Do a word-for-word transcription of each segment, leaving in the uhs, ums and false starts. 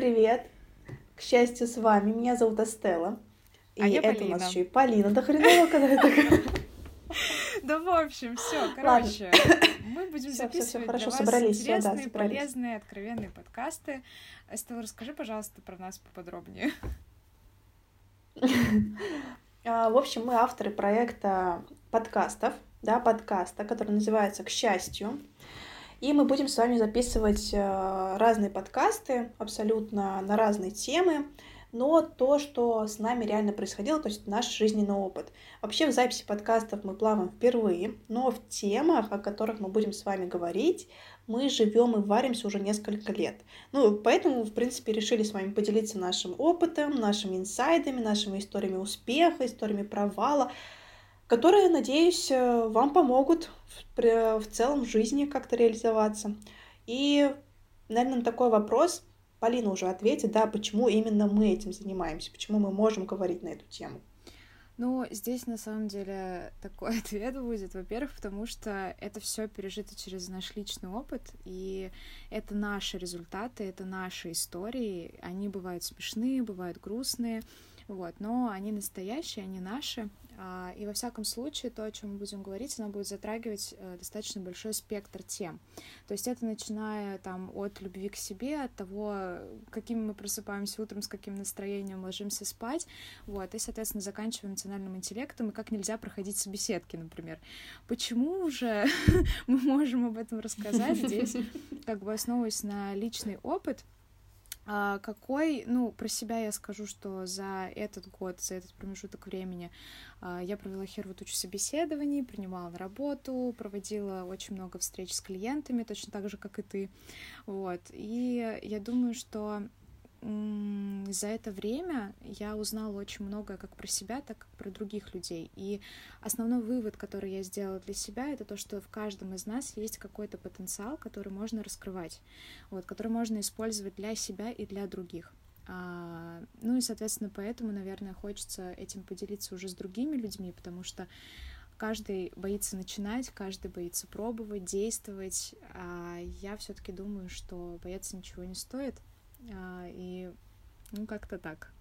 привет! К счастью, с вами. Меня зовут Эстелла. А И я это у нас Полина. еще и Полина. Да хреново, когда это... Да, в общем, все, Ладно, короче, мы будем все, все, все записывать для хорошо, вас собрались, все, да, интересные, собрались. полезные, откровенные подкасты. Эстелла, расскажи, пожалуйста, про нас поподробнее. А, В общем, мы авторы проекта подкастов, да, подкаста, который называется «К счастью». И мы будем с вами записывать э, разные подкасты абсолютно на разные темы, но то, что с нами реально происходило, то есть наш жизненный опыт. Вообще в записи подкастов мы плаваем впервые, но в темах, о которых мы будем с вами говорить, мы живем и варимся уже несколько лет. Ну, поэтому, в принципе, решили с вами поделиться нашим опытом, нашими инсайдами, нашими историями успеха, историями провала, которые, надеюсь, э, вам помогут в, пре- в целом в жизни как-то реализоваться. И, наверное, такой вопрос Полина уже ответит, да, почему именно мы этим занимаемся, почему мы можем говорить на эту тему. Ну, здесь на самом деле такой ответ будет, во-первых, потому что это все пережито через наш личный опыт, и это наши результаты, это наши истории. Они бывают смешные, бывают грустные, вот, но они настоящие, они наши. А, И во всяком случае, то, о чем мы будем говорить, оно будет затрагивать э, достаточно большой спектр тем. То есть это начиная там от любви к себе, от того, каким мы просыпаемся утром, с каким настроением ложимся спать, вот, и, соответственно, заканчивая эмоциональным интеллектом, и как нельзя проходить собеседки, например. Почему уже мы можем об этом рассказать здесь, как бы основываясь на личный опыт. А, Какой, ну, про себя я скажу, что за этот год, за этот промежуток времени а, я провела херву тучу собеседований, принимала на работу, проводила очень много встреч с клиентами, точно так же, как и ты, вот, и я думаю, что м, за это время я узнала очень многое как про себя, так и про других людей. И основной вывод, который я сделала для себя, это то, что в каждом из нас есть какой-то потенциал, который можно раскрывать, вот, который можно использовать для себя и для других. А, ну и, соответственно, поэтому, наверное, хочется этим поделиться уже с другими людьми, потому что каждый боится начинать, каждый боится пробовать, действовать, а я все-таки думаю, что бояться ничего не стоит, а, и ну как-то так.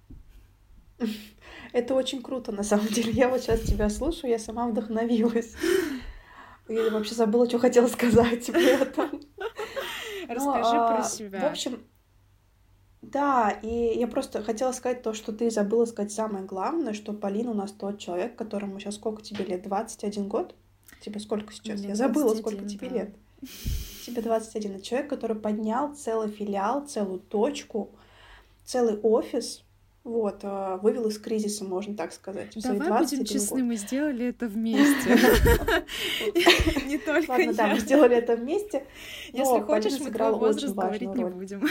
Это очень круто, на самом деле. Я вот сейчас тебя слушаю, я сама вдохновилась. И вообще забыла, что хотела сказать при этом. Ну, Расскажи про а, в себя. общем, да, и я просто хотела сказать то, что ты забыла сказать самое главное, что Полина у нас тот человек, которому сейчас сколько тебе лет? двадцать один год? Тебе сколько сейчас? Мне Я двадцать забыла, сколько один, тебе да. лет. Тебе двадцать один. Это человек, который поднял целый филиал, целую точку, целый офис, вот, а, вывел из кризиса, можно так сказать, в свои Давай двадцать будем один честны, год. мы сделали это вместе. Не только Ладно, да, мы я. сделали это вместе, Если но Полина хочешь, мы твой сыграла очень возраст важную говорить не роль. будем.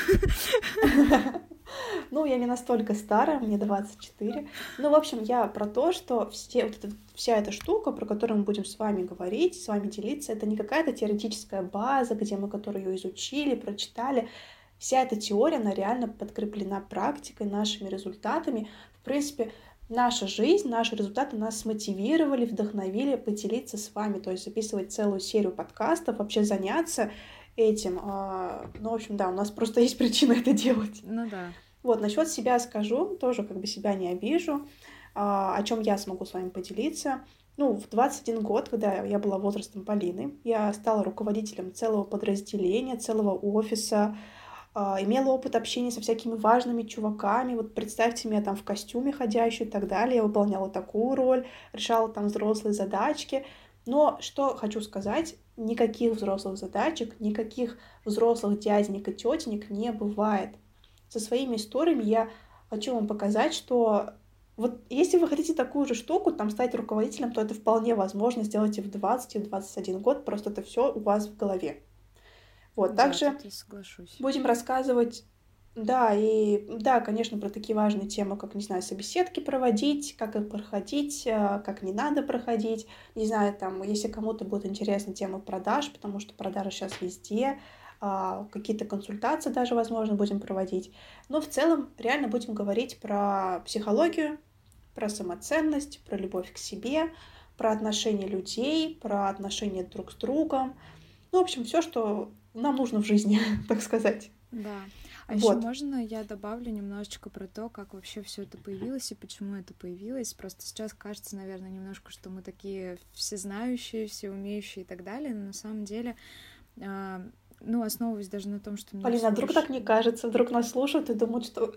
Ну, я не настолько старая, мне двадцать четыре. Ну, в общем, я про то, что все, вот эта, вся эта штука, про которую мы будем с вами говорить, с вами делиться, это не какая-то теоретическая база, где мы которую ее изучили, прочитали. Вся эта теория, она реально подкреплена практикой, нашими результатами. В принципе, наша жизнь, наши результаты нас смотивировали, вдохновили поделиться с вами, то есть записывать целую серию подкастов, вообще заняться этим. А, Ну, в общем, да, у нас просто есть причина это делать. Ну да. Вот, насчет себя скажу, тоже как бы себя не обижу, а, о чем я смогу с вами поделиться. Ну, в двадцать один год, когда я была возрастом Полины, я стала руководителем целого подразделения, целого офиса, а, имела опыт общения со всякими важными чуваками. Вот представьте меня там в костюме ходящую и так далее. Я выполняла такую роль, решала там взрослые задачки. Но что хочу сказать, никаких взрослых задачек, никаких взрослых дяденек и тетенек не бывает. Со своими историями я хочу вам показать, что вот если вы хотите такую же штуку, там стать руководителем, то это вполне возможно сделать и в двадцать, и в двадцать один год, просто это все у вас в голове. Вот, Да, также тут я соглашусь. будем рассказывать, да, и да, конечно, про такие важные темы, как, не знаю, собеседки проводить, как их проходить, э, как не надо проходить. Не знаю, там, если кому-то будет интересна тема продаж, потому что продажи сейчас везде, а, какие-то консультации даже, возможно, будем проводить. Но в целом реально будем говорить про психологию, про самоценность, про любовь к себе, про отношения людей, про отношения друг с другом. Ну, в общем, все, что нам нужно в жизни, так сказать. Да. А еще Вот. можно я добавлю немножечко про то, как вообще все это появилось и почему это появилось. Просто сейчас кажется, наверное, немножко, что мы такие всезнающие, все умеющие и так далее, но на самом деле, а, ну, основываясь даже на том, что мне Полина, а всего вдруг лишь... так не кажется, вдруг нас слушают и думают, что...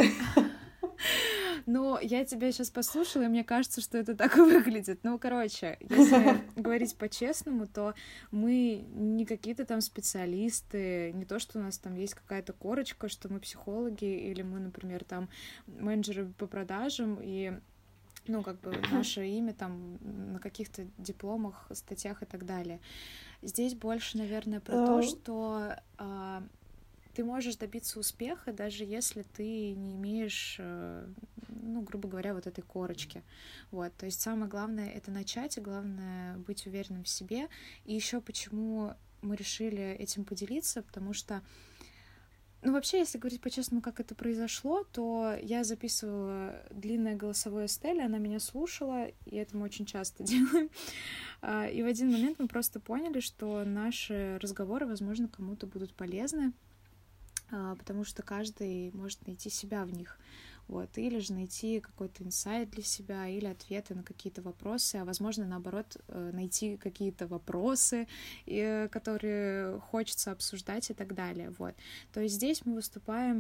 Ну, я тебя сейчас послушала, и мне кажется, что это так и выглядит. Ну, короче, если говорить по-честному, то мы не какие-то там специалисты, не то, что у нас там есть какая-то корочка, что мы психологи, или мы, например, там менеджеры по продажам, и ну, как бы наше имя там на каких-то дипломах, статьях и так далее. Здесь больше, наверное, про то, что а, ты можешь добиться успеха, даже если ты не имеешь, ну, грубо говоря, вот этой корочки. Вот. То есть самое главное — это начать, и главное — быть уверенным в себе. И еще почему мы решили этим поделиться, потому что, ну, вообще, если говорить по-честному, как это произошло, то я записывала длинное голосовое с Телли, она меня слушала, и это мы очень часто делаем. И в один момент мы просто поняли, что наши разговоры, возможно, кому-то будут полезны, потому что каждый может найти себя в них, вот, или же найти какой-то инсайт для себя, или ответы на какие-то вопросы, а, возможно, наоборот, найти какие-то вопросы, которые хочется обсуждать и так далее, вот. То есть здесь мы выступаем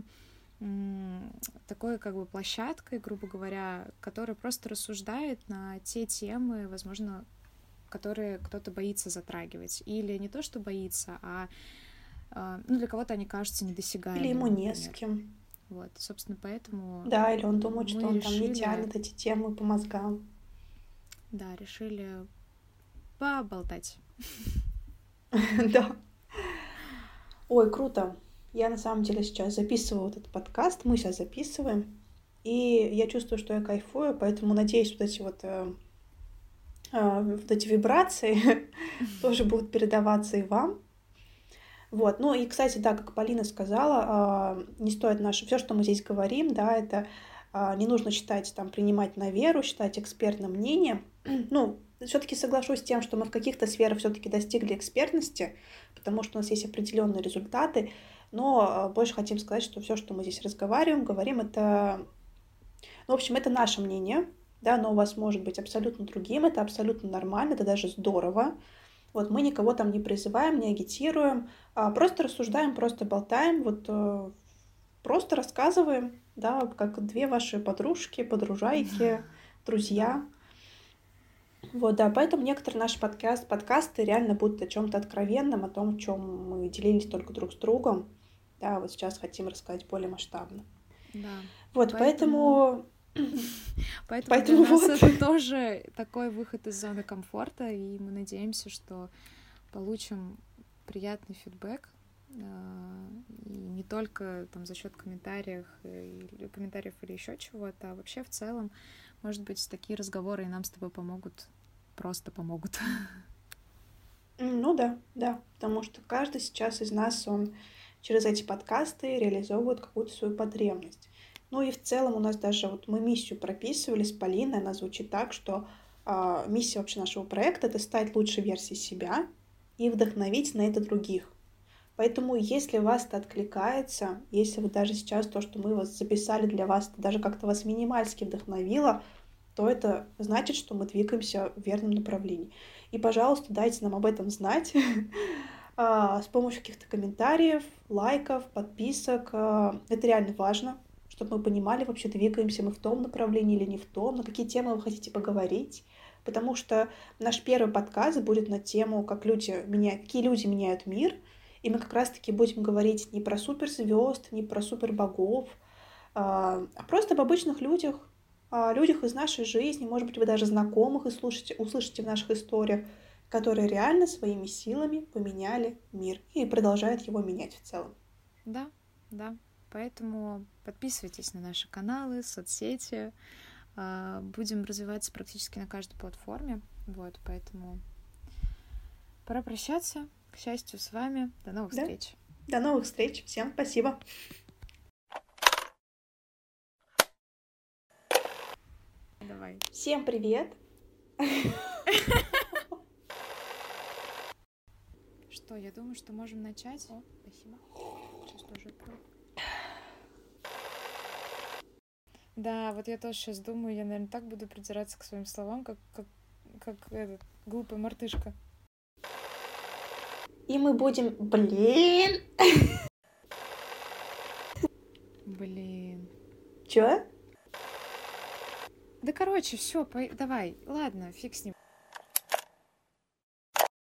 такой как бы площадкой, грубо говоря, которая просто рассуждает на те темы, возможно, которые кто-то боится затрагивать, или не то, что боится, а ну, для кого-то они кажутся недосягаемыми. Или ему не например. с кем. Вот, собственно, поэтому... Да, или он думает, мы что он решили... там не тянет эти темы по мозгам. Да, решили поболтать. Да. Ой, круто. Я на самом деле сейчас записываю этот подкаст, мы сейчас записываем, и я чувствую, что я кайфую, поэтому надеюсь, вот эти вот, э, э, вот эти вибрации тоже будут передаваться и вам. Вот, ну и, кстати, да, как Полина сказала, э, не стоит наше, все, что мы здесь говорим, да, это э, не нужно считать, там, принимать на веру, считать экспертным мнением. Ну, все-таки соглашусь с тем, что мы в каких-то сферах все-таки достигли экспертности, потому что у нас есть определенные результаты, но больше хотим сказать, что все, что мы здесь разговариваем, говорим, это, ну, в общем, это наше мнение, да, оно у вас может быть абсолютно другим, это абсолютно нормально, это даже здорово. Вот мы никого там не призываем, не агитируем, а просто рассуждаем, просто болтаем, вот э, просто рассказываем, да, как две ваши подружки, подружайки, друзья. Вот, да, поэтому некоторые наши подкаст, подкасты реально будут о чем-то откровенном, о том, о чем мы делились только друг с другом. Да, вот сейчас хотим рассказать более масштабно. Да. Вот, поэтому... Поэтому, поэтому для нас вот. это тоже такой выход из зоны комфорта, и мы надеемся, что получим приятный фидбэк, и не только там за счет комментариев, или комментариев или еще чего-то, а вообще в целом, может быть, такие разговоры и нам с тобой помогут, просто помогут. Ну да, да, потому что каждый сейчас из нас, он через эти подкасты реализовывает какую-то свою потребность. Ну и в целом у нас даже, вот мы миссию прописывали с Полиной, она звучит так, что э, миссия вообще нашего проекта — это стать лучшей версией себя и вдохновить на это других. Поэтому если вас это откликается, если вы даже сейчас то, что мы вас записали для вас, это даже как-то вас минимальски вдохновило, то это значит, что мы двигаемся в верном направлении. И, пожалуйста, дайте нам об этом знать с помощью каких-то комментариев, лайков, подписок. Это реально важно, чтобы мы понимали, вообще двигаемся мы в том направлении или не в том, на какие темы вы хотите поговорить. Потому что наш первый подкаст будет на тему, как люди меняют, какие люди меняют мир. И мы как раз-таки будем говорить не про суперзвезд, не про супербогов, а просто об обычных людях, о людях из нашей жизни, может быть, вы даже знакомых и слушаете, услышите в наших историях, которые реально своими силами поменяли мир и продолжают его менять в целом. Да, да. Поэтому подписывайтесь на наши каналы, соцсети. Будем развиваться практически на каждой платформе. Вот, поэтому пора прощаться. К счастью, с вами. До новых да? встреч. До новых встреч. Всем спасибо. Давай. Всем привет. Что, я думаю, что можем начать. О, спасибо. Сейчас тоже открою. Да, вот я тоже сейчас думаю, я, наверное, так буду придираться к своим словам, как, как, как этот, глупая мартышка. И мы будем... Блин! Блин. Чё? Да, короче, все, давай. Ладно, фиг с ним.